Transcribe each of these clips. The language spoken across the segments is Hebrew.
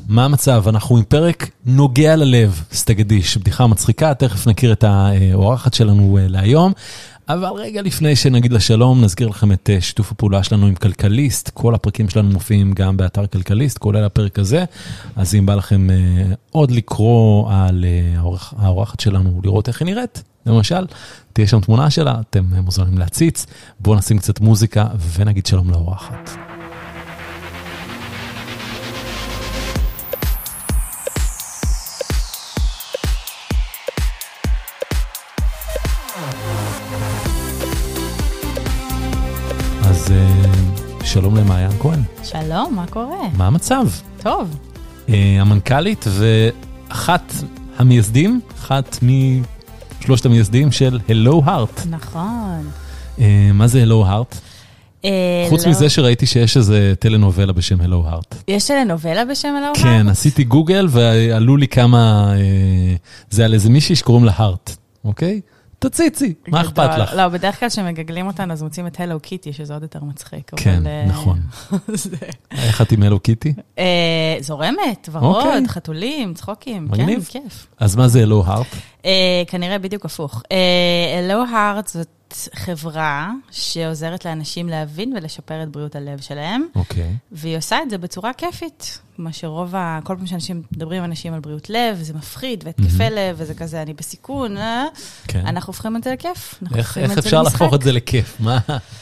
מה המצב? אנחנו עם פרק נוגע ללב, סטגדיש, בדיחה מצחיקה, תכף נכיר את האורחת שלנו להיום, אבל רגע לפני שנגיד לשלום, נזכיר לכם את שיתוף הפעולה שלנו עם כלכליסט, כל הפרקים שלנו מופיעים גם באתר כלכליסט, כולל הפרק הזה, אז אם בא לכם עוד לקרוא על האורחת שלנו, לראות איך היא נראית, למשל, תהיה שם תמונה שלה, אתם מוזמנים להציץ, בואו נשים קצת מוזיקה ונגיד שלום לאורחת. אז שלום למעיין כהן. שלום, מה קורה? מה המצב? טוב. המנכ"לית ואחת המייסדים, אחת משלושת המייסדים של Hello Heart. נכון. מה זה Hello Heart? חוץ מזה שראיתי שיש איזה טלנובלה בשם Hello Heart. יש טלנובלה בשם Hello Heart? כן, עשיתי גוגל ועלו לי כמה, זה על איזה מישהי שקוראים לה Heart, אוקיי? תציצי, מה אכפת לך? לא, בדרך כלל שמגגלים אותנו, אז מוצאים את הלו קיטי, שזה עוד יותר מצחיק. כן, נכון. איך את עם הלו קיטי? זורמת, ורוד, חתולים, צחוקים. מגניב. כן, כיף. אז מה זה הלו הארט? כנראה בדיוק הפוך. הלו הארט זאת חברה שעוזרת לאנשים להבין ולשפר את בריאות הלב שלהם. אוקיי. והיא עושה את זה בצורה כיפית. כמו כל פעם שאנשים מדברים עם אנשים על בריאות לב, זה מפחיד והתקפי לב, וזה כזה, אני בסיכון, אנחנו הופכים את זה לכיף. איך אפשר להפוך את זה לכיף? מה?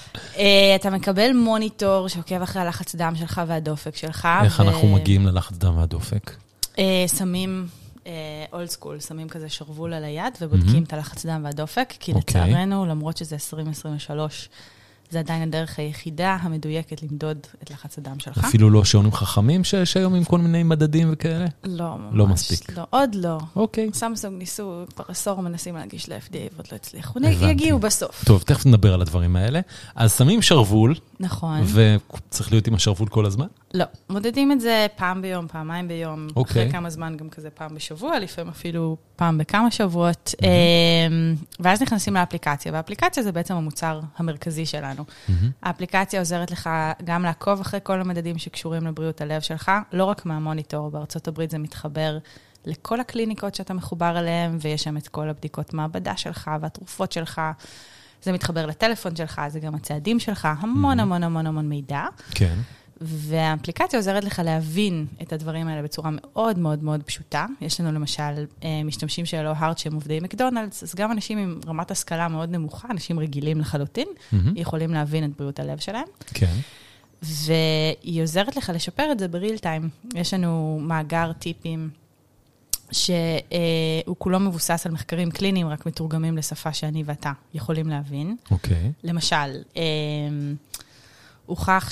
אתה מקבל מוניטור שעוקב אחרי הלחץ דם שלך והדופק שלך. איך אנחנו מגיעים ללחץ דם והדופק? שמים אולד סקול, שמים כזה שרוול על היד, ובודקים את הלחץ דם והדופק, כי לצערנו, למרות שזה 2023, זה עדיין הדרך היחידה המדויקת למדוד את לחץ הדם שלך. אפילו לא שעונים חכמים שיש היום עם כל מיני מדדים וכאלה? לא, ממש. לא מספיק. לא, עוד לא. אוקיי. סמסונג ניסו, כבר עשור מנסים להגיש ל-FDA ועוד לא הצליחו. יגיעו בסוף. טוב, תכף נדבר על הדברים האלה. אז שמים שרוול. נכון. וצריך להיות עם השרוול כל הזמן? לא. מודדים את זה פעם ביום, פעמיים ביום. אוקיי. אחרי כמה זמן גם כזה פעם בשבוע, לפעמים אפילו פעם בכמה שבועות. ואז נכנסים לאפליקציה, והאפליקציה זה בעצם המוצר המרכזי שלנו. האפליקציה עוזרת לך גם לעקוב אחרי כל המדדים שקשורים לבריאות הלב שלך, לא רק מהמוניטור, בארצות הברית זה מתחבר לכל הקליניקות שאתה מחובר אליהן, ויש שם את כל הבדיקות מעבדה שלך והתרופות שלך, זה מתחבר לטלפון שלך, זה גם הצעדים שלך, המון המון המון המון מידע. כן. והאפליקציה עוזרת לך להבין את הדברים האלה בצורה מאוד מאוד מאוד פשוטה. יש לנו למשל משתמשים של הלו הארט שהם עובדי מקדונלדס, אז גם אנשים עם רמת השכלה מאוד נמוכה, אנשים רגילים לחלוטין, יכולים להבין את בריאות הלב שלהם. כן. והיא עוזרת לך לשפר את זה בריל טיים. יש לנו מאגר טיפים שהוא כולו מבוסס על מחקרים קליניים, רק מתורגמים לשפה שאני ואתה יכולים להבין. אוקיי. למשל, הוכח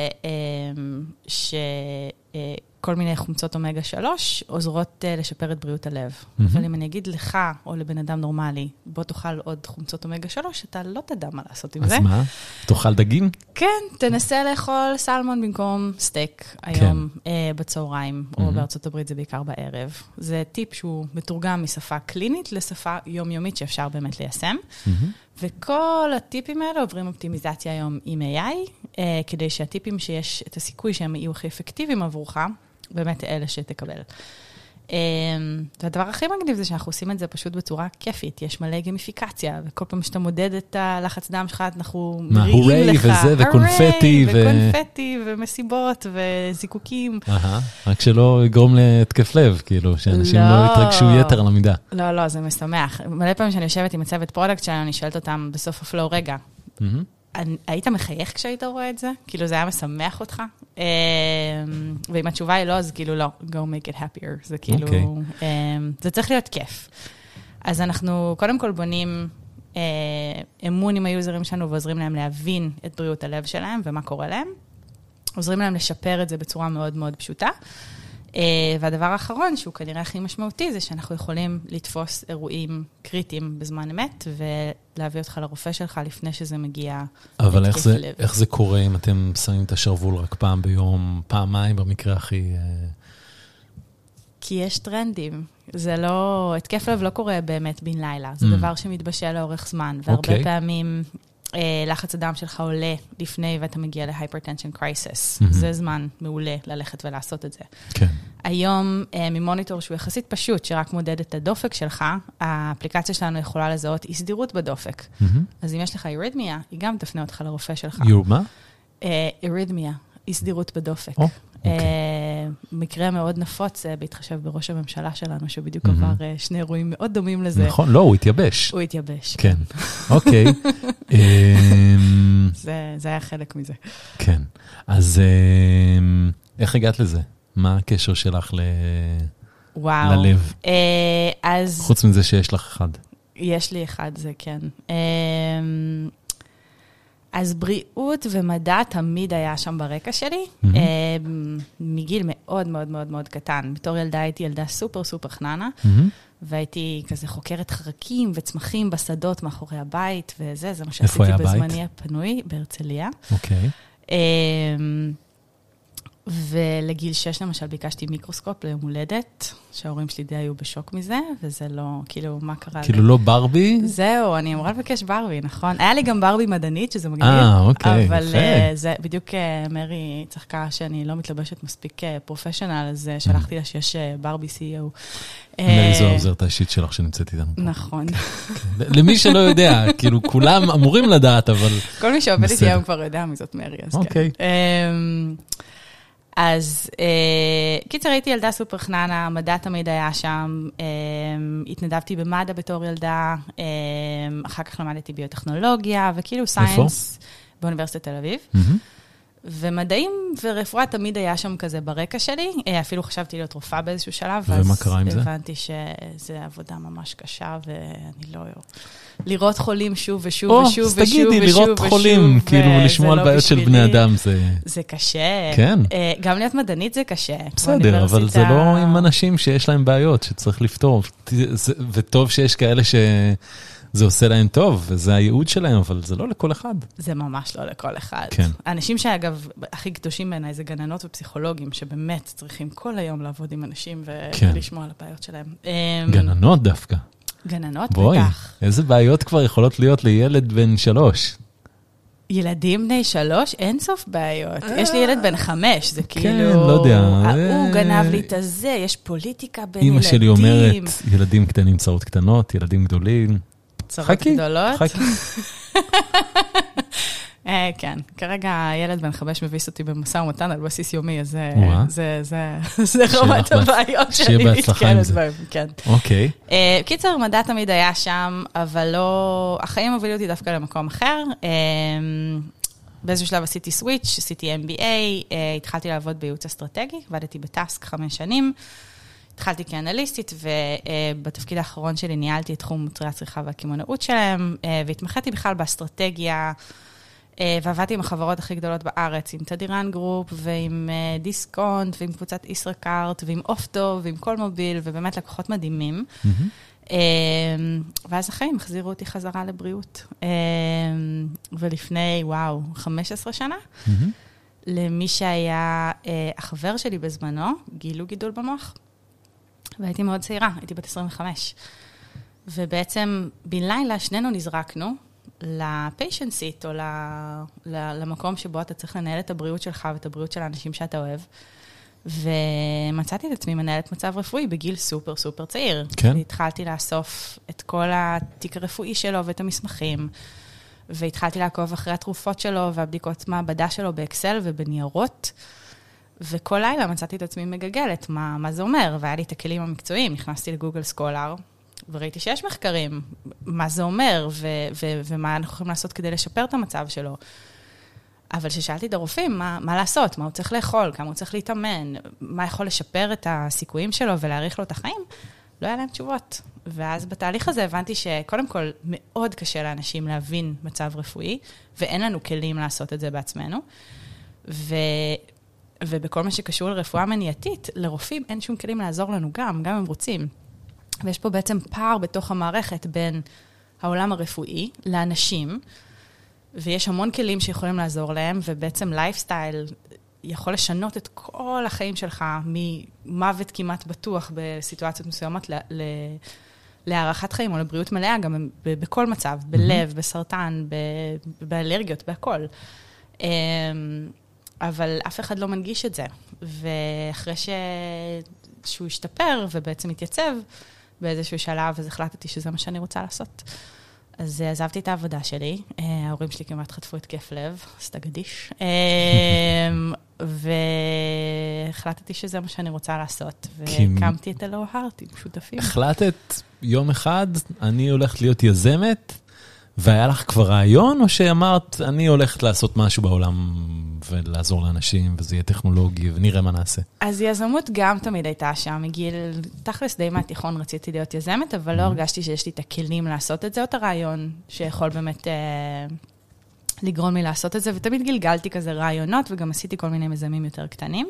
שכל מיני חומצות אומגה 3 עוזרות לשפר את בריאות הלב. אבל אם אני אגיד לך או לבן אדם נורמלי, בוא תאכל עוד חומצות אומגה 3, אתה לא תדע מה לעשות עם זה. אז מה? תאכל דגים? כן, תנסה לאכול סלמון במקום סטייק היום בצהריים, או בארצות הברית זה בעיקר בערב. זה טיפ שהוא מתורגם משפה קלינית לשפה יומיומית שאפשר באמת ליישם. וכל הטיפים האלה עוברים אופטימיזציה היום עם AI, כדי שהטיפים שיש את הסיכוי שהם יהיו הכי אפקטיביים עבורך, באמת אלה שתקבל. והדבר הכי מגניב זה שאנחנו עושים את זה פשוט בצורה כיפית, יש מלא גמיפיקציה, וכל פעם שאתה מודד את הלחץ דם שלך, אנחנו מריעים לך. וזה, וקונפטי. וקונפטי, ומסיבות, וזיקוקים. רק שלא יגרום להתקף לב, כאילו, שאנשים לא יתרגשו יתר על המידה. לא, לא, זה משמח. מלא פעמים שאני יושבת עם הצוות פרודקט שלנו, אני שואלת אותם בסוף הפלואו, רגע, היית מחייך כשהיית רואה את זה? כאילו זה היה משמח אותך? ואם התשובה היא לא, אז כאילו לא, go make it happier. זה כאילו, זה צריך להיות כיף. אז אנחנו קודם כל בונים אמון עם היוזרים שלנו, ועוזרים להם להבין את בריאות הלב שלהם, ומה קורה להם. עוזרים להם לשפר את זה בצורה מאוד מאוד פשוטה. והדבר האחרון, שהוא כנראה הכי משמעותי, זה שאנחנו יכולים לתפוס אירועים קריטיים בזמן אמת, ולהביא אותך לרופא שלך לפני שזה מגיע. אבל איך זה קורה אם אתם שמים את השרוול רק פעם ביום, פעמיים במקרה הכי... כי יש טרנדים. זה לא... התקף לב לא קורה באמת בן לילה. זה דבר שמתבשל לאורך זמן, והרבה פעמים... לחץ הדם שלך עולה לפני ואתה מגיע להייפרטנשן קרייסיס. זה זמן מעולה ללכת ולעשות את זה. כן. היום ממוניטור שהוא יחסית פשוט, שרק מודד את הדופק שלך, האפליקציה שלנו יכולה לזהות אי סדירות בדופק. אז אם יש לך איריתמיה, היא גם תפנה אותך לרופא שלך. מה? איריתמיה, אי סדירות בדופק. מקרה מאוד נפוץ בהתחשב בראש הממשלה שלנו, שבדיוק עבר שני אירועים מאוד דומים לזה. נכון, לא, הוא התייבש. הוא התייבש. כן, אוקיי. זה היה חלק מזה. כן, אז איך הגעת לזה? מה הקשר שלך ללב? חוץ מזה שיש לך אחד. יש לי אחד, זה כן. אז בריאות ומדע תמיד היה שם ברקע שלי, מגיל מאוד מאוד מאוד מאוד קטן. בתור ילדה הייתי ילדה סופר סופר חננה, והייתי כזה חוקרת חרקים וצמחים בשדות מאחורי הבית, וזה, זה מה שעשיתי בזמני הפנוי, בהרצליה. אוקיי. ולגיל 6 למשל ביקשתי מיקרוסקופ ליום הולדת, שההורים שלי די היו בשוק מזה, וזה לא, כאילו, מה קרה? כאילו לא ברבי? זהו, אני אמורה לבקש ברבי, נכון? היה לי גם ברבי מדענית, שזה מגניב. אוקיי, אבל יפה. זה בדיוק מרי צחקה שאני לא מתלבשת מספיק פרופשיונל, אז שלחתי לה שיש ברבי CEO. מרי זו העוזרת האישית שלך שנמצאת איתנו. נכון. למי שלא יודע, כאילו כולם אמורים לדעת, אבל... כל מי שעובד איתי היום כבר יודע מי זאת מרי, אז כן. אוקיי. אז קיצר, הייתי ילדה סופר חננה, מדע תמיד היה שם, התנדבתי במדע בתור ילדה, אחר כך למדתי ביוטכנולוגיה, וכאילו סיינס באוניברסיטת תל אביב. ומדעים ורפואה תמיד היה שם כזה ברקע שלי, אפילו חשבתי להיות רופאה באיזשהו שלב, ומה קרה עם זה? הבנתי שזה עבודה ממש קשה, ואני לא... לראות חולים שוב ושוב ושוב ושוב ושוב. תגידי, לראות חולים, כאילו לשמוע על בעיות של בני אדם זה... זה קשה. כן. גם להיות מדענית זה קשה. בסדר, אבל זה לא עם אנשים שיש להם בעיות, שצריך לפתור. וטוב שיש כאלה שזה עושה להם טוב, וזה הייעוד שלהם, אבל זה לא לכל אחד. זה ממש לא לכל אחד. כן. האנשים שאגב, הכי קדושים בעיניי, זה גננות ופסיכולוגים, שבאמת צריכים כל היום לעבוד עם אנשים ולשמוע על הבעיות שלהם. גננות דווקא. גננות, בואי, בטח. איזה בעיות כבר יכולות להיות לילד בן 3? ילדים בני 3, אין סוף בעיות. יש לי ילד בן 5, זה כאילו... כן, לא יודע. הוא גנב לי את הזה, יש פוליטיקה בין ילדים. אמא שלי אומרת, ילדים קטנים, צרות קטנות, ילדים גדולים. צרות גדולות. חכי. כן, כרגע ילד בן 5 מביס אותי במשא ומתן על בסיס יומי, אז זה רמת הבעיות שלי. שיהיה בהצלחה עם זה. כן. אוקיי. קיצר, מדע תמיד היה שם, אבל לא... החיים הובילו אותי דווקא למקום אחר. באיזשהו שלב עשיתי סוויץ', עשיתי MBA, התחלתי לעבוד בייעוץ אסטרטגי, עבדתי בטאסק 5 שנים. התחלתי כאנליסטית, ובתפקיד האחרון שלי ניהלתי את תחום מוצרי הצריכה והקימונאות שלהם, והתמחיתי בכלל באסטרטגיה, ועבדתי עם החברות הכי גדולות בארץ, עם תדירן גרופ, ועם דיסקונט, ועם קבוצת ישראכרט, ועם אופטו, ועם כל מוביל, ובאמת לקוחות מדהימים. ואז החיים החזירו אותי חזרה לבריאות. ולפני, 15 שנה, למי שהיה החבר שלי בזמנו, גילו גידול במוח. והייתי מאוד צעירה, הייתי בת 25. ובעצם בן לילה שנינו נזרקנו לפיישנט סיט, או למקום שבו אתה צריך לנהל את הבריאות שלך ואת הבריאות של האנשים שאתה אוהב. ומצאתי את עצמי מנהלת מצב רפואי בגיל סופר סופר צעיר. כן. והתחלתי לאסוף את כל התיק הרפואי שלו ואת המסמכים, והתחלתי לעקוב אחרי התרופות שלו והבדיקות מעבדה שלו באקסל ובניירות, וכל לילה מצאתי את עצמי מגגלת מה זה אומר, והיה לי את הכלים המקצועיים, נכנסתי לגוגל סקולר, וראיתי שיש מחקרים, מה זה אומר, ומה אנחנו יכולים לעשות כדי לשפר את המצב שלו. אבל ששאלתי את הרופאים, מה לעשות, מה הוא צריך לאכול, כמה הוא צריך להתאמן, מה יכול לשפר את הסיכויים שלו ולהאריך לו את החיים, לא היה להם תשובות. ואז בתהליך הזה הבנתי שקודם כל מאוד קשה לאנשים להבין מצב רפואי, ואין לנו כלים לעשות את זה בעצמנו. ובכל מה שקשור לרפואה מניעתית, לרופאים אין שום כלים לעזור לנו גם הם רוצים. ויש פה בעצם פער בתוך המערכת בין העולם הרפואי לאנשים, ויש המון כלים שיכולים לעזור להם, ובעצם לייפסטייל יכול לשנות את כל החיים שלך, ממוות כמעט בטוח בסיטואציות מסוימות, להערכת חיים או לבריאות מלאה, גם בכל מצב, בלב, בסרטן, באלרגיות, בהכל. אבל אף אחד לא מנגיש את זה. ואחרי שהוא השתפר ובעצם התייצב באיזשהו שלב, אז החלטתי שזה מה שאני רוצה לעשות. אז עזבתי את העבודה שלי, ההורים שלי כמעט חטפו התקף לב, סטגדיש, והחלטתי שזה מה שאני רוצה לעשות, והקמתי את הלו הארט עם שותפים. החלטת יום אחד, אני הולכת להיות יזמת, והיה לך כבר רעיון, או שאמרת, אני הולכת לעשות משהו בעולם, ולעזור לאנשים, וזה יהיה טכנולוגי, ונראה מה נעשה? אז יזמות גם תמיד הייתה שם, מגיל, תכלס די מהתיכון רציתי להיות יזמת, אבל לא הרגשתי שיש לי את הכלים לעשות את זה, או את הרעיון שיכול באמת לגרום לי לעשות את זה, ותמיד גלגלתי כזה רעיונות, וגם עשיתי כל מיני מיזמים יותר קטנים.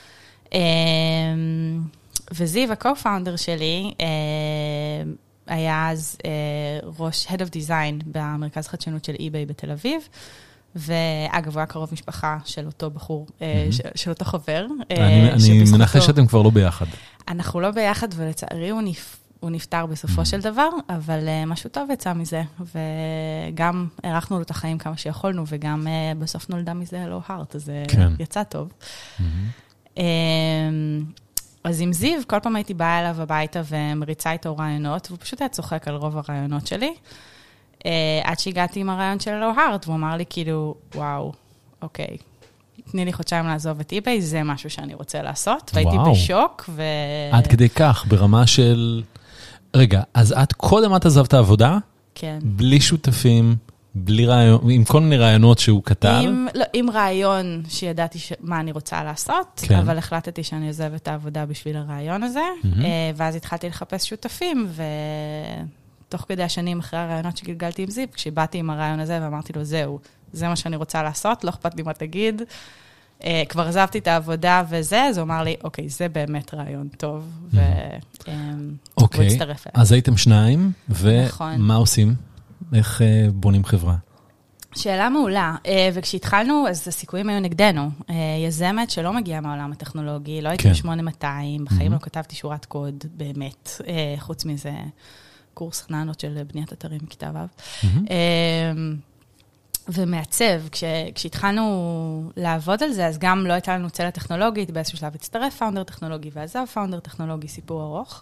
וזיו, ה-co-founder שלי, היה אז ראש Head of Design במרכז חדשנות של eBay בתל אביב, ואגב, הוא היה קרוב משפחה של אותו בחור, של אותו חבר. אני מנחש שאתם כבר לא ביחד. אנחנו לא ביחד, ולצערי הוא נפטר בסופו של דבר, אבל משהו טוב יצא מזה, וגם ערכנו לו את החיים כמה שיכולנו, וגם בסוף נולדה מזה הלו הארט, אז יצא טוב. אז עם זיו, כל פעם הייתי באה אליו הביתה ומריצה איתו רעיונות, והוא פשוט היה צוחק על רוב הרעיונות שלי, עד שהגעתי עם הרעיון של הלו הארט, והוא אמר לי כאילו, וואו, אוקיי, תני לי חודשיים לעזוב את eBay, זה משהו שאני רוצה לעשות, והייתי בשוק. עד כדי כך, ברמה של... רגע, אז קודם את עזבת העבודה? כן. בלי שותפים, בלי רעיון, עם כל מיני רעיונות שהוא כתב? עם רעיון שידעתי מה אני רוצה לעשות, אבל החלטתי שאני עוזב את העבודה בשביל הרעיון הזה, ואז התחלתי לחפש שותפים, ותוך כדי השנים אחרי הרעיונות שגלגלתי עם זיו, כשבאתי עם הרעיון הזה ואמרתי לו, זהו, זה מה שאני רוצה לעשות, לא אכפת לי מה תגיד, כבר עזבתי את העבודה וזה, אז הוא אמר לי, אוקיי, זה באמת רעיון טוב, והוא הצטרף אליי. אז הייתם שניים, ומה עושים? איך בונים חברה? שאלה מעולה, וכשהתחלנו, אז הסיכויים היו נגדנו. יזמת שלא מגיעה מהעולם הטכנולוגי, לא הייתי ב-8200, בחיים לא כתבתי שורת קוד, באמת, חוץ מזה קורס חננות של בניית אתרים מכיתה ו'. ומעצב, כשהתחלנו לעבוד על זה, אז גם לא הייתה לנו צלע טכנולוגית, באיזשהו שלב הצטרף פאונדר טכנולוגי, ועזב פאונדר טכנולוגי, סיפור ארוך.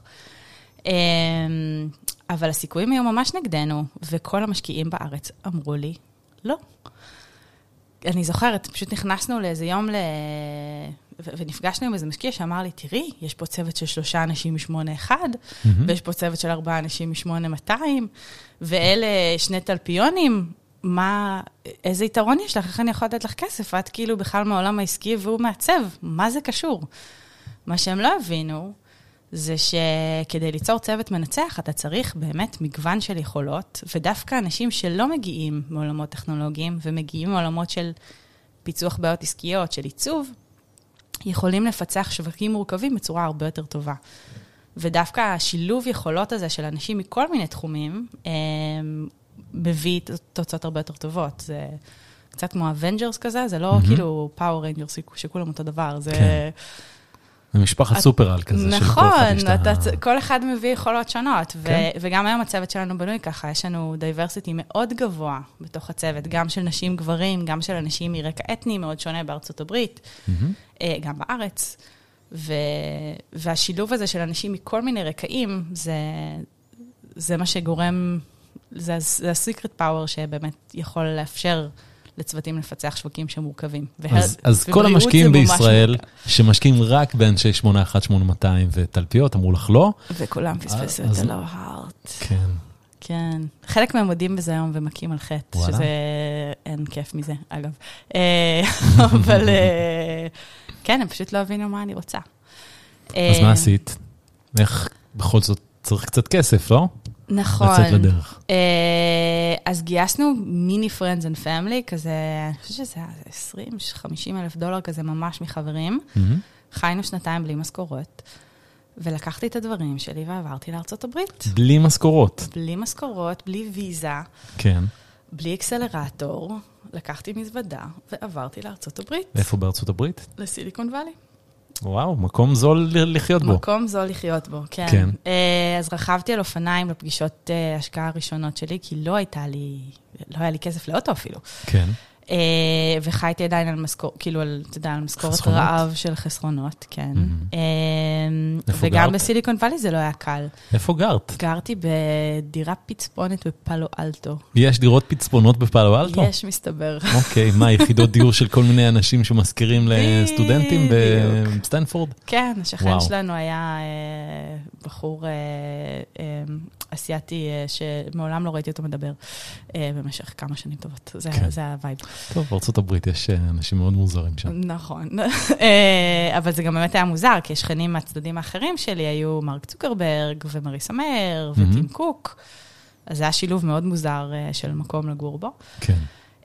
אבל הסיכויים היו ממש נגדנו, וכל המשקיעים בארץ אמרו לי, לא. אני זוכרת, פשוט נכנסנו לאיזה יום, ונפגשנו עם איזה משקיע שאמר לי, תראי, יש פה צוות של 3 אנשים מ-81, ויש פה צוות של 4 אנשים מ-8200, ואלה 2 תלפיונים, איזה יתרון יש לך? איך אני יכולה לתת לך כסף? את כאילו בכלל מהעולם העסקי והוא מעצב. מה זה קשור? מה שהם לא הבינו, זה שכדי ליצור צוות מנצח, אתה צריך באמת מגוון של יכולות, ודווקא אנשים שלא מגיעים מעולמות טכנולוגיים, ומגיעים מעולמות של פיצוח בעיות עסקיות, של עיצוב, יכולים לפצח שווקים מורכבים בצורה הרבה יותר טובה. ודווקא השילוב יכולות הזה של אנשים מכל מיני תחומים, מביא תוצאות הרבה יותר טובות. זה קצת כמו אבנג'רס כזה, זה לא כאילו פאוור ריינג'רס שכולם אותו דבר, זה... זה משפחת סופרל כזה. נכון, כל אחד מביא יכולות שונות, וגם היום הצוות שלנו בנוי ככה, יש לנו דייברסיטי מאוד גבוה בתוך הצוות, גם של נשים גברים, גם של אנשים מרקע אתני מאוד שונה בארצות הברית, גם בארץ, והשילוב הזה של אנשים מכל מיני רקעים, זה מה שגורם... זה הסיקרט פאוור שבאמת יכול לאפשר לצוותים לפצח שווקים שמורכבים. אז כל המשקיעים בישראל שמשקיעים רק באנשי 8182 ותלפיות, אמרו לך לא. וכולם פספסו את הלו הארט. כן. כן. חלק מהם מודים בזה היום ומקים על חטא, שזה אין כיף מזה, אגב. אבל כן, הם פשוט לא הבינו מה אני רוצה. אז מה עשית? איך בכל זאת צריך קצת כסף, לא? נכון. לצאת לדרך. אז גייסנו מיני friends and family, כזה, אני חושבת שזה 20-50 אלף דולר, כזה ממש מחברים. חיינו 2 בלי משכורות, ולקחתי את הדברים שלי ועברתי לארצות הברית. בלי משכורות? בלי משכורות, בלי ויזה. כן. בלי אקסלרטור, לקחתי מזוודה ועברתי לארצות הברית. איפה בארצות הברית? לסיליקון ואלי. וואו, מקום זול לחיות בו. מקום זול לחיות בו, כן. כן. אז רכבתי על אופניים לפגישות השקעה הראשונות שלי, כי לא היה לי כסף לאוטו אפילו. כן. וחייתי עדיין על כאילו, אתה יודע, על משכורת רעב של חסרונות, כן. וגם בסיליקון ואלי זה לא היה קל. איפה גרת? גרתי בדירה פצפונת בפאלו אלטו. יש דירות פצפונות בפאלו אלטו? יש, מסתבר. אוקיי, מה, יחידות דיור של כל מיני אנשים שמזכירים לסטודנטים בסטנפורד? כן, השכן שלנו היה בחור אסיאתי שמעולם לא ראיתי אותו מדבר במשך כמה שנים טובות. זה הווייב. טוב, בארצות הברית יש אנשים מאוד מוזרים שם. נכון. אבל זה גם באמת היה מוזר, כי שכנים מהצדדים האחרים שלי היו מרק צוקרברג ומריסה מאיר וטים קוק. אז זה היה שילוב מאוד מוזר של מקום לגור בו. כן.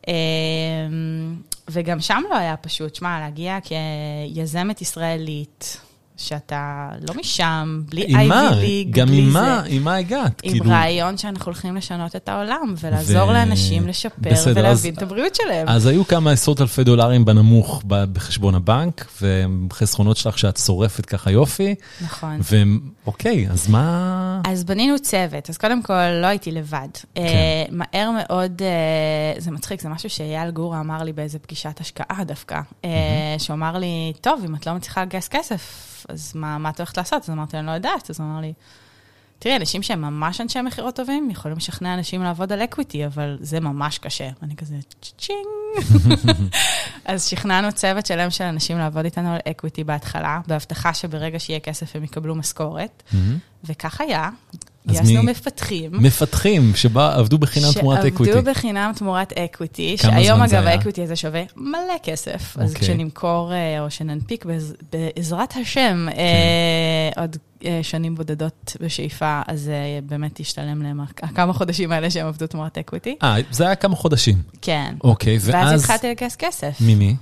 וגם שם לא היה פשוט, שמה, להגיע כיזמת ישראלית, שאתה לא משם, בלי אייבי ליג, גם עם מה הגעת? עם רעיון שאנחנו הולכים לשנות את העולם, ולעזור לאנשים לשפר ולהבין את הבריאות שלהם. אז היו כמה עשרות אלפי דולרים בנמוך בחשבון הבנק, וחסכונות שלך שאת שורפת ככה יופי. נכון. ואוקיי, אז מה... אז בנינו צוות, אז קודם כל לא הייתי לבד. מהר מאוד, זה מצחיק, זה משהו שאייל גורה אמר לי באיזה פגישת השקעה דווקא, שאומר לי, טוב, אם את לא מצליחה לגייס כסף, אז מה את הולכת לעשות? אז אמרתי, אני לא יודעת. אז הוא אמר לי, תראי, אנשים שהם ממש אנשי מחירות טובים, יכולים לשכנע אנשים לעבוד על אקוויטי, אבל זה ממש קשה. ואני כזה, צ'ינג. אז שכנענו צוות שלם של אנשים לעבוד איתנו על אקוויטי בהתחלה, בהבטחה שברגע שיהיה כסף הם יקבלו משכורת. וכך היה. גייסנו מפתחים. מפתחים, שבה עבדו בחינם תמורת אקוויטי. שעבדו בחינם תמורת אקוויטי, שהיום אגב האקוויטי הזה שווה מלא כסף. אז כשנמכור או שננפיק בעזרת השם עוד שנים בודדות בשאיפה, אז באמת ישתלם להם כמה חודשים האלה שהם עבדו תמורת אקוויטי. זה היה כמה חודשים. כן. אוקיי, ואז התחלתי לגייס כסף. ממי?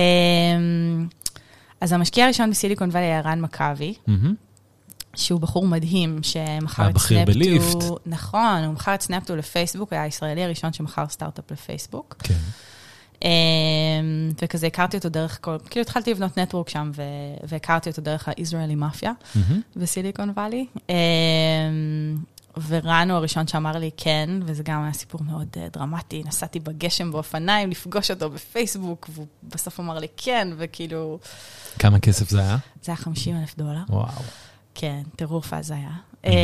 אז המשקיע הראשון בסיליקון ואלי היה רן מכבי. שהוא בחור מדהים, שמחר את בכיר בליפט. נכון, הוא מחר את סנאפטו לפייסבוק, היה הישראלי הראשון שמחר סטארט-אפ לפייסבוק. כן. וכזה הכרתי אותו דרך כל, כאילו התחלתי לבנות נטוורק שם, והכרתי אותו דרך הישראלי מאפיה, בסיליקון ואלי. ורן הוא הראשון שאמר לי כן, וזה גם היה סיפור מאוד דרמטי, נסעתי בגשם באופניים, לפגוש אותו בפייסבוק, והוא בסוף אמר לי כן, וכאילו... כמה כסף זה היה? זה היה $50,000. וואו. כן, טירוף אז היה.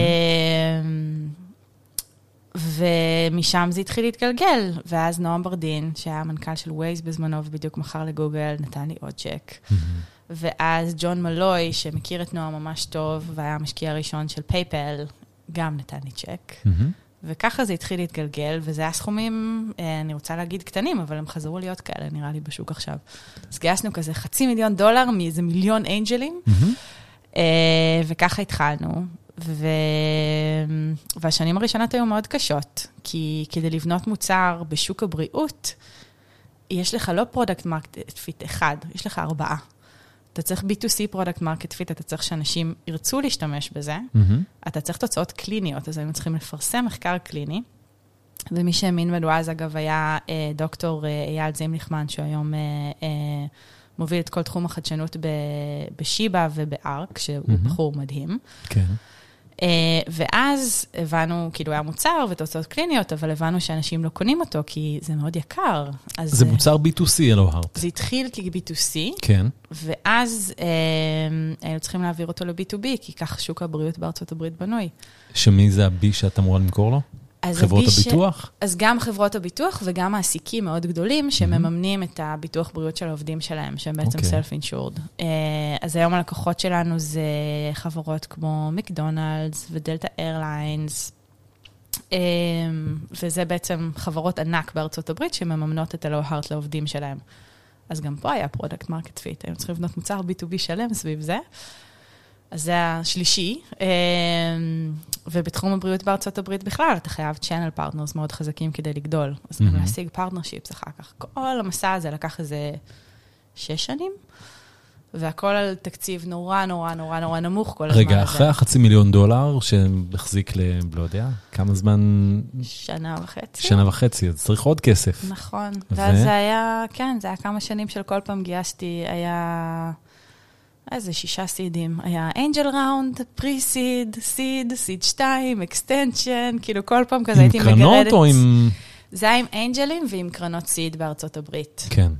ומשם זה התחיל להתגלגל, ואז נועם ברדין, שהיה המנכ"ל של ווייז בזמנו, ובדיוק מחר לגוגל, נתן לי עוד צ'ק. ואז ג'ון מלוי, שמכיר את נועם ממש טוב, והיה המשקיע הראשון של פייפל, גם נתן לי צ'ק. וככה זה התחיל להתגלגל, וזה היה סכומים, אני רוצה להגיד קטנים, אבל הם חזרו להיות כאלה, נראה לי בשוק עכשיו. אז גייסנו כזה $500,000 מאיזה 1,000,000 אנג'לים, וככה התחלנו, והשנים הראשונות היו מאוד קשות, כי כדי לבנות מוצר בשוק הבריאות, יש לך לא פרודקט מרקט פיט אחד, יש לך 4. אתה צריך B2C פרודקט מרקט פיט, אתה צריך שאנשים ירצו להשתמש בזה, אתה צריך תוצאות קליניות, אז היינו צריכים לפרסם מחקר קליני, ומי שהאמין בנו אז, אגב, היה דוקטור אייל זימליכמן, שהיום מוביל את כל תחום החדשנות בשיבה ובארק, שהוא בחור מדהים. כן. ואז הבנו, כאילו היה מוצר ותוצאות קליניות, אבל הבנו שאנשים לא קונים אותו, כי זה מאוד יקר. זה מוצר B2C, אלו הרפ. זה התחיל כ-B2C, כן. ואז היינו צריכים להעביר אותו ל-B2B, כי כך שוק הבריאות בארצות הברית בנוי. שמי זה ה-B שאת אמורה למכור לו? חברות הביטוח? אז גם חברות הביטוח וגם מעסיקים מאוד גדולים שמממנים את הביטוח בריאות של העובדים שלהם, שהם בעצם self-insured. אז היום הלקוחות שלנו זה חברות כמו מקדונלדס ודלטה איירליינס, וזה בעצם חברות ענק בארצות הברית שמממנות את הלו-הארט לעובדים שלהם. אז גם פה היה פרודקט מרקט פיט, הם צריכים לבנות מוצר B2B שלם סביב זה. אז זה השלישי, ובתחום הבריאות בארצות הברית בכלל, אתה חייב channel partners מאוד חזקים כדי לגדול. אז גם להשיג partnerships אחר כך. כל המסע הזה לקח איזה 6 שנים, והכל על תקציב נורא נורא נורא נורא נמוך כל הזמן הזה. רגע, אחרי $500,000 שהחזיק לא יודע, כמה זמן? 1.5 שנה. 1.5 שנה, אז צריך עוד כסף. נכון. ואז זה היה, כן, זה היה כמה שנים של כל פעם גייסתי, היה... איזה 6 סידים. היה אנג'ל ראונד, פרי-סיד, סיד 2, אקסטנשן, כאילו כל פעם כזה הייתי מגרדת. עם קרנות או עם... זה עם אנג'לים ועם קרנות סיד בארצות הברית. כן.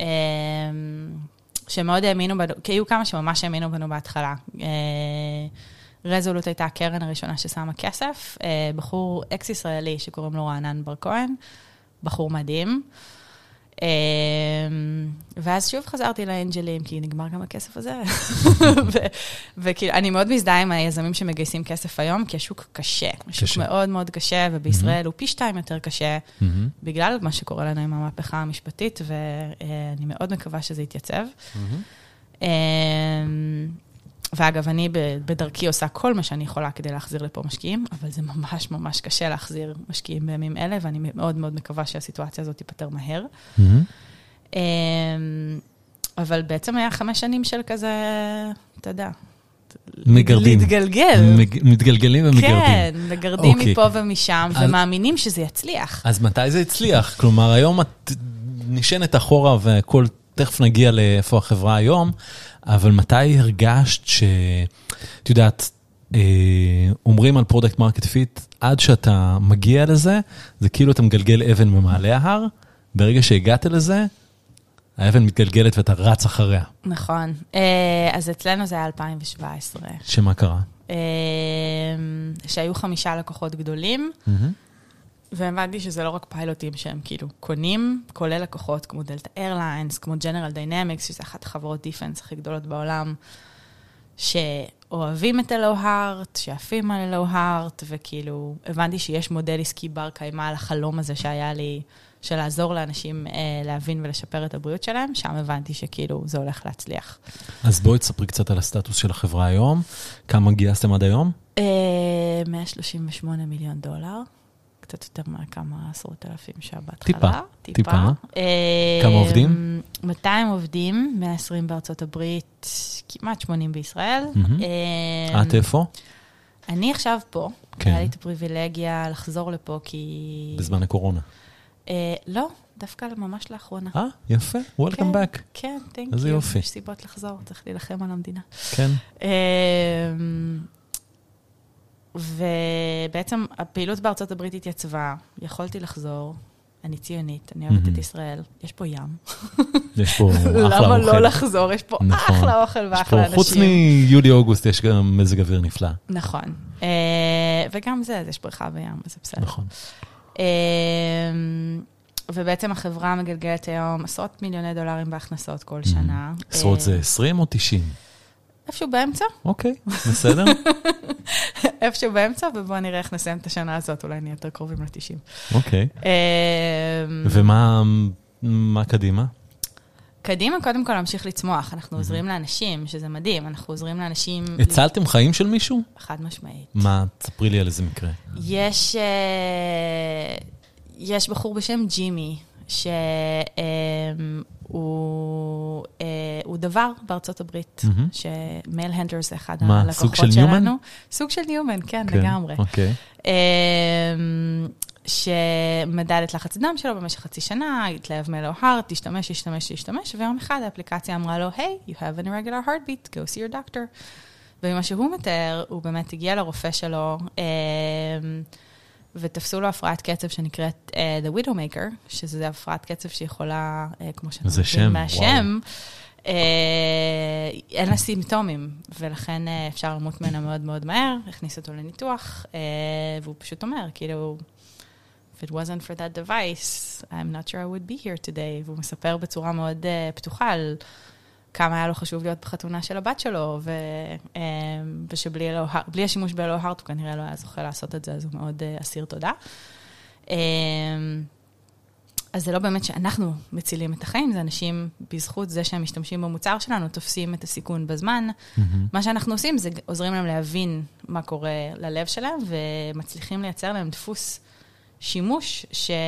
שמאוד האמינו בנו, כי היו כמה שממש האמינו בנו בהתחלה. רזולוט הייתה הקרן הראשונה ששמה כסף, בחור אקס-ישראלי שקוראים לו רענן בר כהן, בחור מדהים. ואז שוב חזרתי לאנג'לים, כי נגמר גם הכסף הזה. וכאילו, אני מאוד מזדהה עם היזמים שמגייסים כסף היום, כי השוק קשה. השוק מאוד מאוד קשה, ובישראל הוא פי 2 יותר קשה, בגלל מה שקורה לנו עם המהפכה המשפטית, ואני מאוד מקווה שזה יתייצב. ואגב, אני בדרכי עושה כל מה שאני יכולה כדי להחזיר לפה משקיעים, אבל זה ממש ממש קשה להחזיר משקיעים בימים אלה, ואני מאוד מאוד מקווה שהסיטואציה הזאת תיפטר מהר. אבל בעצם היה 5 שנים של כזה, אתה יודע, מגרדים. להתגלגל. מתגלגלים ומגרדים. כן, מגרדים מפה ומשם, ומאמינים שזה יצליח. אז מתי זה הצליח? כלומר, היום את נשענת אחורה וכל, תכף נגיע לאיפה החברה היום, אבל מתי הרגשת את יודעת, אומרים על פרודקט מרקט פיט, עד שאתה מגיע לזה, זה כאילו אתה מגלגל אבן במעלה ההר, ברגע שהגעת לזה, האבן מתגלגלת ואתה רץ אחריה. נכון. אז אצלנו זה היה 2017. שמה קרה? שהיו 5 לקוחות גדולים, והבנתי שזה לא רק פיילוטים שהם כאילו קונים, כולל לקוחות כמו דלטה איירליינס, כמו ג'נרל דיינמיקס, שזה אחת החברות דיפנס הכי גדולות בעולם, שאוהבים את אלוהארט, שעפים על אלוהארט, וכאילו הבנתי שיש מודל עסקי בר קיימה על החלום הזה שהיה לי, של לעזור לאנשים להבין ולשפר את הבריאות שלהם, שם הבנתי שכאילו זה הולך להצליח. אז בואי תספרי קצת על הסטטוס של החברה היום. כמה גייסתם עד היום? $138 מיליון. קצת יותר מכמה 10,000 שבהתחלה. טיפה. כמה עובדים? 200 עובדים, 120 בארצות הברית, כמעט 80 בישראל. את איפה? אני עכשיו פה. היה לי את הפריבילגיה לחזור לפה, כי... בזמן הקורונה. לא, דווקא ממש לאחרונה. יפה, welcome back. כן, thank you. איזה יופי. יש סיבות לחזור, צריך להילחם על המדינה. כן. ובעצם הפעילות בארצות הברית התייצבה, יכולתי לחזור, אני ציונית, אני אוהבת את ישראל, יש פה ים. יש פה אחלה אוכל. למה לא לחזור? יש פה אחלה אוכל ואחלה אנשים. חוץ מיולי-אוגוסט יש גם מזג אוויר נפלא. נכון. וגם זה, יש בריכה בים, אז זה בסדר. נכון. ובעצם החברה מגלגלת היום $10 מיליוני בהכנסות כל שנה. עשרות זה 20 או 90? איפשהו באמצע. אוקיי, בסדר. איפשהו באמצע, ובואו נראה איך נסיים את השנה הזאת, אולי נהיה יותר קרובים ל-90. אוקיי. ומה קדימה? קדימה, קודם כל, להמשיך לצמוח. אנחנו עוזרים לאנשים, שזה מדהים. אנחנו עוזרים לאנשים... הצלתם חיים של מישהו? חד משמעית. מה? תספרי לי על איזה מקרה. יש בחור בשם ג'ימי, הוא דבר בארצות הברית, שמייל הנדר זה אחד הלקוחות שלנו. סוג של ניומן? סוג של ניומן, כן, לגמרי. אוקיי. שמדד את לחץ דם שלו במשך חצי שנה, התלהב מאלוהארט, תשתמש, ויום אחד האפליקציה אמרה לו, hey, you have an irregular heartbeat, go see your doctor. וממה שהוא מתאר, הוא באמת הגיע לרופא שלו, ותפסו לו הפרעת קצב שנקראת The Widowmaker, שזה הפרעת קצב שיכולה, כמו שאנחנו יודעים מהשם, אין לה סימפטומים, ולכן אפשר למות ממנה מאוד מאוד מהר, הכניס אותו לניתוח, והוא פשוט אומר, כאילו, if it wasn't for that device, I'm not sure I would be here today, והוא מספר בצורה מאוד פתוחה על כמה היה לו חשוב להיות בחתונה של הבת שלו, ושבלי השימוש באלוהארט, הוא כנראה לא היה זוכה לעשות את זה, אז הוא מאוד אסיר תודה. אז זה לא באמת שאנחנו מצילים את החיים, זה אנשים בזכות זה שהם משתמשים במוצר שלנו, תופסים את הסיכון בזמן. מה שאנחנו עושים זה עוזרים להם להבין מה קורה ללב שלהם, ומצליחים לייצר להם דפוס שימוש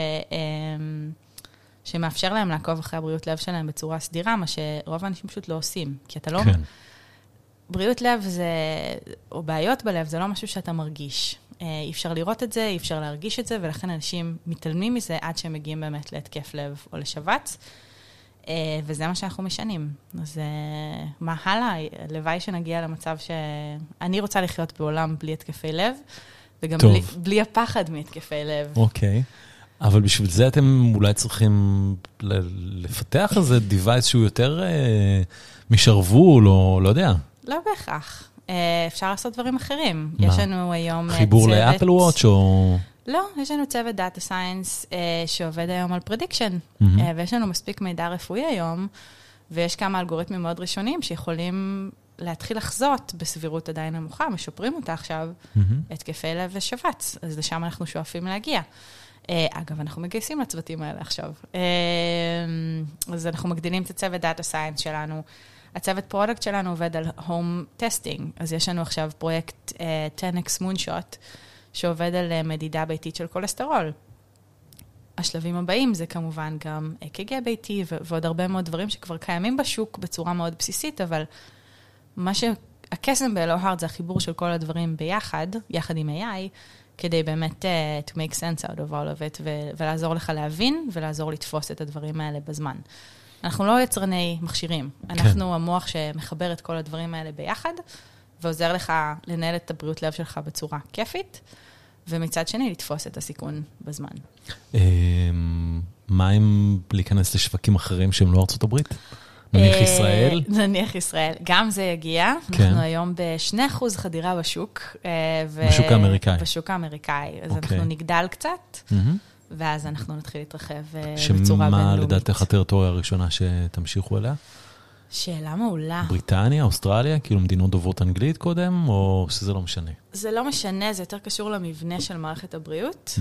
שמאפשר להם לעקוב אחרי הבריאות לב שלהם בצורה סדירה, מה שרוב האנשים פשוט לא עושים. כי אתה לא... כן. בריאות לב זה, או בעיות בלב, זה לא משהו שאתה מרגיש. אי אפשר לראות את זה, אי אפשר להרגיש את זה, ולכן אנשים מתעלמים מזה עד שהם מגיעים באמת להתקף לב או לשבץ, וזה מה שאנחנו משנים. אז מה הלאה? לוואי שנגיע למצב שאני רוצה לחיות בעולם בלי התקפי לב, וגם בלי הפחד מהתקפי לב. אוקיי. אבל בשביל זה אתם אולי צריכים לפתח איזה device שהוא יותר משרוול, או לא יודע. לא בהכרח. אפשר לעשות דברים אחרים. יש לנו היום צוות... חיבור לאפל וואץ' או... לא, יש לנו צוות דאטה סיינס שעובד היום על פרדיקשן, ויש לנו מספיק מידע רפואי היום, ויש כמה אלגוריתמים מאוד ראשונים שיכולים להתחיל לחזות בסבירות עדיין נמוכה, משפרים אותה עכשיו, התקפי לב ושבץ, אז לשם אנחנו שואפים להגיע. אגב, אנחנו מגייסים לצוותים האלה עכשיו. אז אנחנו מגדילים את הצוות דאטה סיינס שלנו. הצוות פרודקט שלנו עובד על הום טסטינג, אז יש לנו עכשיו פרויקט 10x Moonshot, שעובד על מדידה ביתית של כולסטרול. השלבים הבאים זה כמובן גם אק"ג ביתי, ועוד הרבה מאוד דברים שכבר קיימים בשוק בצורה מאוד בסיסית, אבל מה שהקסם ב-Hello Heart זה החיבור של כל הדברים ביחד, יחד עם AI, כדי באמת to make sense out of all of it, ולעזור לך להבין, ולעזור לתפוס את הדברים האלה בזמן. אנחנו לא יצרני מכשירים, אנחנו המוח שמחבר את כל הדברים האלה ביחד, ועוזר לך לנהל את הבריאות לב שלך בצורה כיפית, ומצד שני לתפוס את הסיכון בזמן. מה אם להיכנס לשווקים אחרים שהם לא ארצות הברית? נניח ישראל? נניח ישראל. גם זה יגיע. אנחנו היום ב2% חדירה בשוק. בשוק האמריקאי. בשוק האמריקאי. אז אנחנו נגדל קצת, ואז אנחנו נתחיל להתרחב בצורה בינלאומית. שמה לדעתך הטריטוריה הראשונה שתמשיכו אליה? שאלה מעולה. בריטניה, אוסטרליה, כאילו מדינות דוברות אנגלית קודם, או שזה לא משנה? זה לא משנה, זה יותר קשור למבנה של מערכת הבריאות.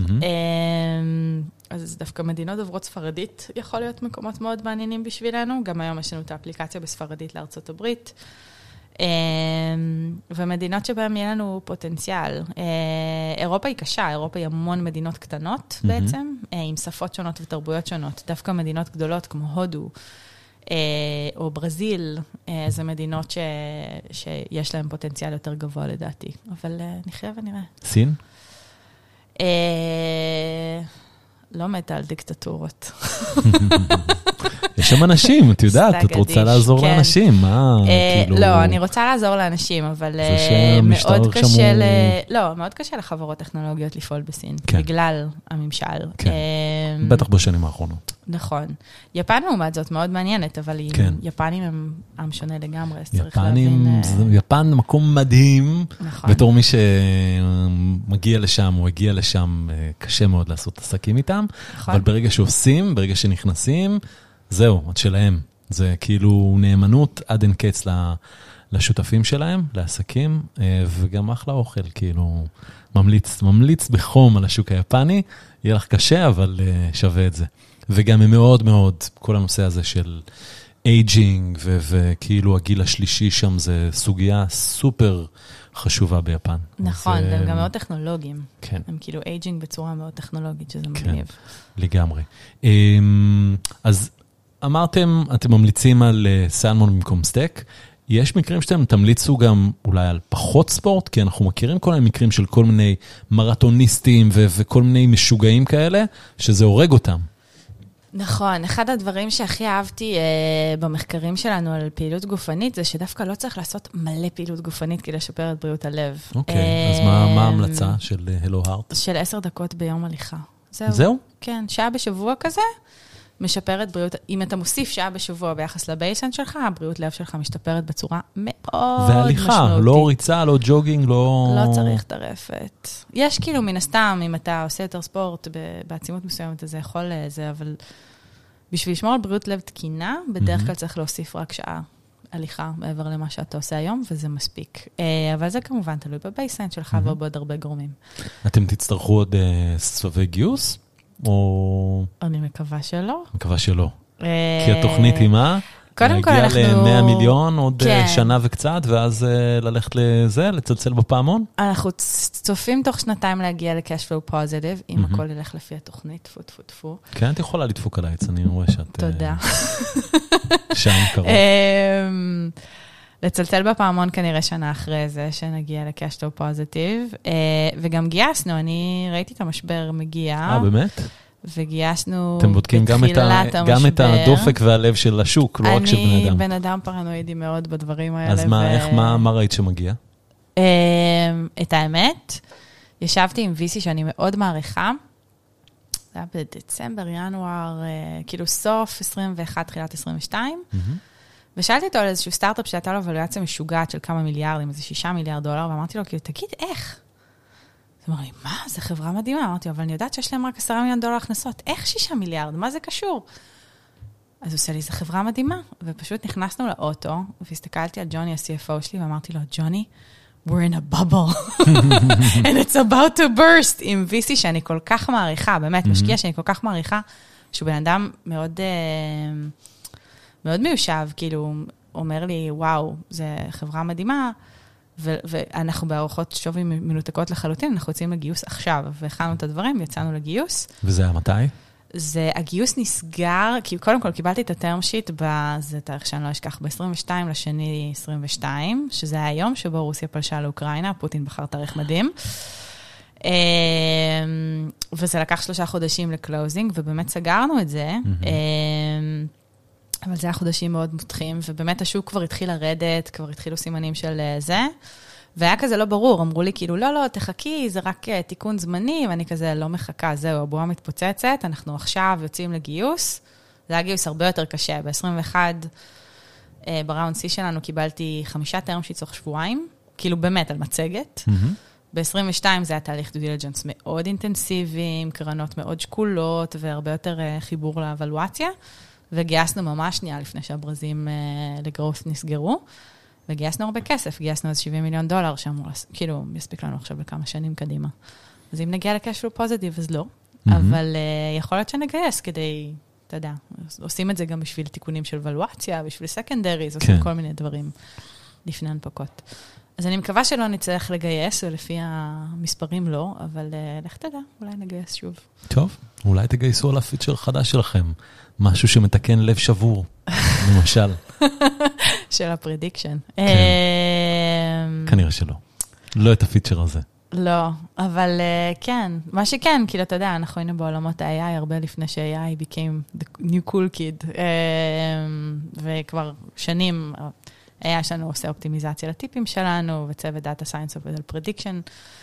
אז דווקא מדינות דוברות ספרדית יכול להיות מקומות מאוד מעניינים בשבילנו. גם היום יש לנו את האפליקציה בספרדית לארצות הברית. ומדינות שבהן יהיה לנו פוטנציאל. אירופה היא קשה, אירופה היא המון מדינות קטנות בעצם, עם שפות שונות ותרבויות שונות. דווקא מדינות גדולות כמו הודו, או ברזיל, זה מדינות שיש להן פוטנציאל יותר גבוה לדעתי. אבל נחיה ונראה. סין? לא מתה על דיקטטורות. יש שם אנשים, את יודעת, את רוצה לעזור לאנשים, מה, כאילו... לא, אני רוצה לעזור לאנשים, אבל מאוד קשה לא, מאוד קשה לחברות טכנולוגיות לפעול בסין, בגלל הממשל. בטח בשנים האחרונות. נכון. יפן לעומת זאת מאוד מעניינת, אבל יפנים הם עם שונה לגמרי, אז צריך להבין... יפן מקום מדהים, בתור מי שמגיע לשם או הגיע לשם, קשה מאוד לעשות עסקים איתם, אבל ברגע שעושים, ברגע שנכנסים, זהו, את שלהם. זה כאילו נאמנות עד אין קץ לשותפים שלהם, לעסקים, וגם אחלה אוכל, כאילו ממליץ בחום על השוק היפני, יהיה לך קשה, אבל שווה את זה. וגם מאוד מאוד, כל הנושא הזה של אייג'ינג, וכאילו הגיל השלישי שם, זה סוגיה סופר חשובה ביפן. נכון, והם גם מאוד טכנולוגיים. כן. הם כאילו אייג'ינג בצורה מאוד טכנולוגית, שזה מגניב. לגמרי. אז אמרתם, אתם ממליצים על סלמון במקום סטייק. יש מקרים שאתם תמליצו גם אולי על פחות ספורט, כי אנחנו מכירים כל מיני מקרים של כל מיני מרתוניסטים וכל מיני משוגעים כאלה, שזה הורג אותם. נכון, אחד הדברים שהכי אהבתי במחקרים שלנו על פעילות גופנית, זה שדווקא לא צריך לעשות מלא פעילות גופנית כדי לשפר את בריאות הלב. אוקיי, אז מה ההמלצה של Hello Heart? של 10 דקות ביום הליכה. זהו? כן, שעה בשבוע כזה, משפרת בריאות, אם אתה מוסיף שעה בשבוע ביחס לבייסן שלך, הבריאות לב שלך משתפרת בצורה מאוד משמעותית. והליכה, לא ריצה, לא ג'וגינג, לא... לא צריך טרפת. יש כאילו מן הסתם, אם אתה עושה יותר ספורט בעצימות מסוימת, אז זה יכול לזה, אבל בשביל לשמור על בריאות לב תקינה, בדרך כלל צריך להוסיף רק שעה הליכה מעבר למה שאתה עושה היום, וזה מספיק. אבל זה כמובן תלוי בבייסן שלך ובעוד הרבה גורמים. אתם תצטרכו עוד סבבי גיוס? או... אני מקווה שלא. מקווה שלא. כי התוכנית היא מה? קודם כל אנחנו... להגיע ל100 מיליון עוד שנה וקצת, ואז ללכת לזה, לצלצל בפעמון? אנחנו צופים תוך שנתיים להגיע ל-cash flow positive, אם הכל ילך לפי התוכנית, טפו טפו טפו. כן, את יכולה לדפוק על העץ, אני רואה שאת... תודה. שם קרוב. לצלצל בפעמון כנראה שנה אחרי זה, שנגיע ל-cash flow positive, וגם גייסנו, אני ראיתי את המשבר מגיע. באמת? וגייסנו אתם בודקים גם את הדופק והלב של השוק, לא רק של בן אדם. אני בן אדם פרנואידי מאוד בדברים האלה. אז מה ראית שמגיע? את האמת, ישבתי עם ויסי שאני מאוד מעריכה, זה היה בדצמבר, ינואר, כאילו סוף 21, תחילת 22. ושאלתי אותו על איזשהו סטארט-אפ שהייתה לו וולואציה משוגעת של כמה מיליארדים, איזה 6 מיליארד דולר, ואמרתי לו, כאילו, תגיד, איך? הוא אמר לי, מה? זו חברה מדהימה. אמרתי, אבל אני יודעת שיש להם רק 10 מיליון דולר הכנסות. איך 6 מיליארד? מה זה קשור? אז הוא עושה לי, זו חברה מדהימה. ופשוט נכנסנו לאוטו, והסתכלתי על ג'וני, ה-CFO שלי, ואמרתי לו, ג'וני, we're in a bubble. And it's about to burst. עם VC שאני כל כך מעריכה, באמת, משקיע שאני כל כך מעריכה, שהוא בן אדם מאוד, מאוד מיושב, כאילו, אומר לי, וואו, זו חברה מדהימה, ואנחנו בערכות שווי מנותקות לחלוטין, אנחנו יוצאים לגיוס עכשיו, והכנו את הדברים, יצאנו לגיוס. וזה היה מתי? הגיוס נסגר, כי קודם כל קיבלתי את הטרם שיט, זה תאריך שאני לא אשכח, ב-22 לשני 22, שזה היה היום שבו רוסיה פלשה לאוקראינה, פוטין בחר תאריך מדהים. וזה לקח 3 חודשים לקלוזינג, ובאמת סגרנו את זה. אבל זה היה חודשים מאוד מותחים, ובאמת השוק כבר התחיל לרדת, כבר התחילו סימנים של זה, והיה כזה לא ברור, אמרו לי כאילו, לא, תחכי, זה רק תיקון זמני, ואני כזה לא מחכה, זהו, הבועה מתפוצצת, אנחנו עכשיו יוצאים לגיוס, זה היה גיוס הרבה יותר קשה, ב-21 בראונד C שלנו קיבלתי 5 טרם שיט תוך שבועיים, כאילו באמת על מצגת, ב-22 זה היה תהליך דו דיליג'נס מאוד אינטנסיבי, עם קרנות מאוד שקולות, והרבה יותר חיבור לאבלואציה, וגייסנו ממש שנייה לפני שהברזים לגרוס נסגרו, וגייסנו הרבה כסף, גייסנו איזה $70 מיליון, שאמור, כאילו, יספיק לנו עכשיו לכמה שנים קדימה. אז אם נגיע לקשפלו פוזיטיב, אז לא. אבל יכול להיות שנגייס כדי, אתה יודע, עושים את זה גם בשביל תיקונים של ולואציה, בשביל סקנדריז, עושים כל מיני דברים לפני הנפקות. אז אני מקווה שלא נצטרך לגייס, ולפי המספרים לא, אבל לך תדע, אולי נגייס שוב. טוב, אולי תגייסו על הפיצ'ר חדש שלכם. משהו שמתקן לב שבור, למשל. של הפרדיקשן. כנראה שלא. לא את הפיצ'ר הזה. לא, אבל כן. מה שכן, כאילו, אתה יודע, אנחנו היינו בעולמות ה-AI הרבה לפני ש-AI became the new cool kid. וכבר שנים, AI שלנו עושה אופטימיזציה לטיפים שלנו, וצוות דאטה סיינס עובד על פרדיקשן.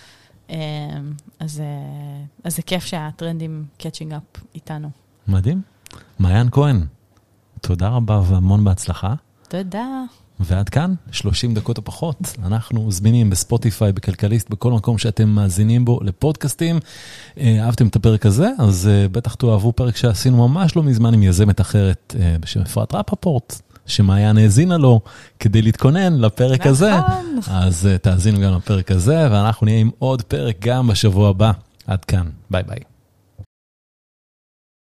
אז זה כיף שהטרנדים catching up איתנו. מדהים. מעיין כהן, תודה רבה והמון בהצלחה. תודה. ועד כאן, 30 דקות או פחות. אנחנו זמינים בספוטיפיי, בכלכליסט, בכל מקום שאתם מאזינים בו לפודקאסטים. אהבתם את הפרק הזה, אז בטח תאהבו פרק שעשינו ממש לא מזמן עם יזמת אחרת בשם אפרת רפפורט, שמעיין האזינה לו כדי להתכונן לפרק הזה. אז תאזינו גם לפרק הזה, ואנחנו נהיה עם עוד פרק גם בשבוע הבא. עד כאן, ביי ביי.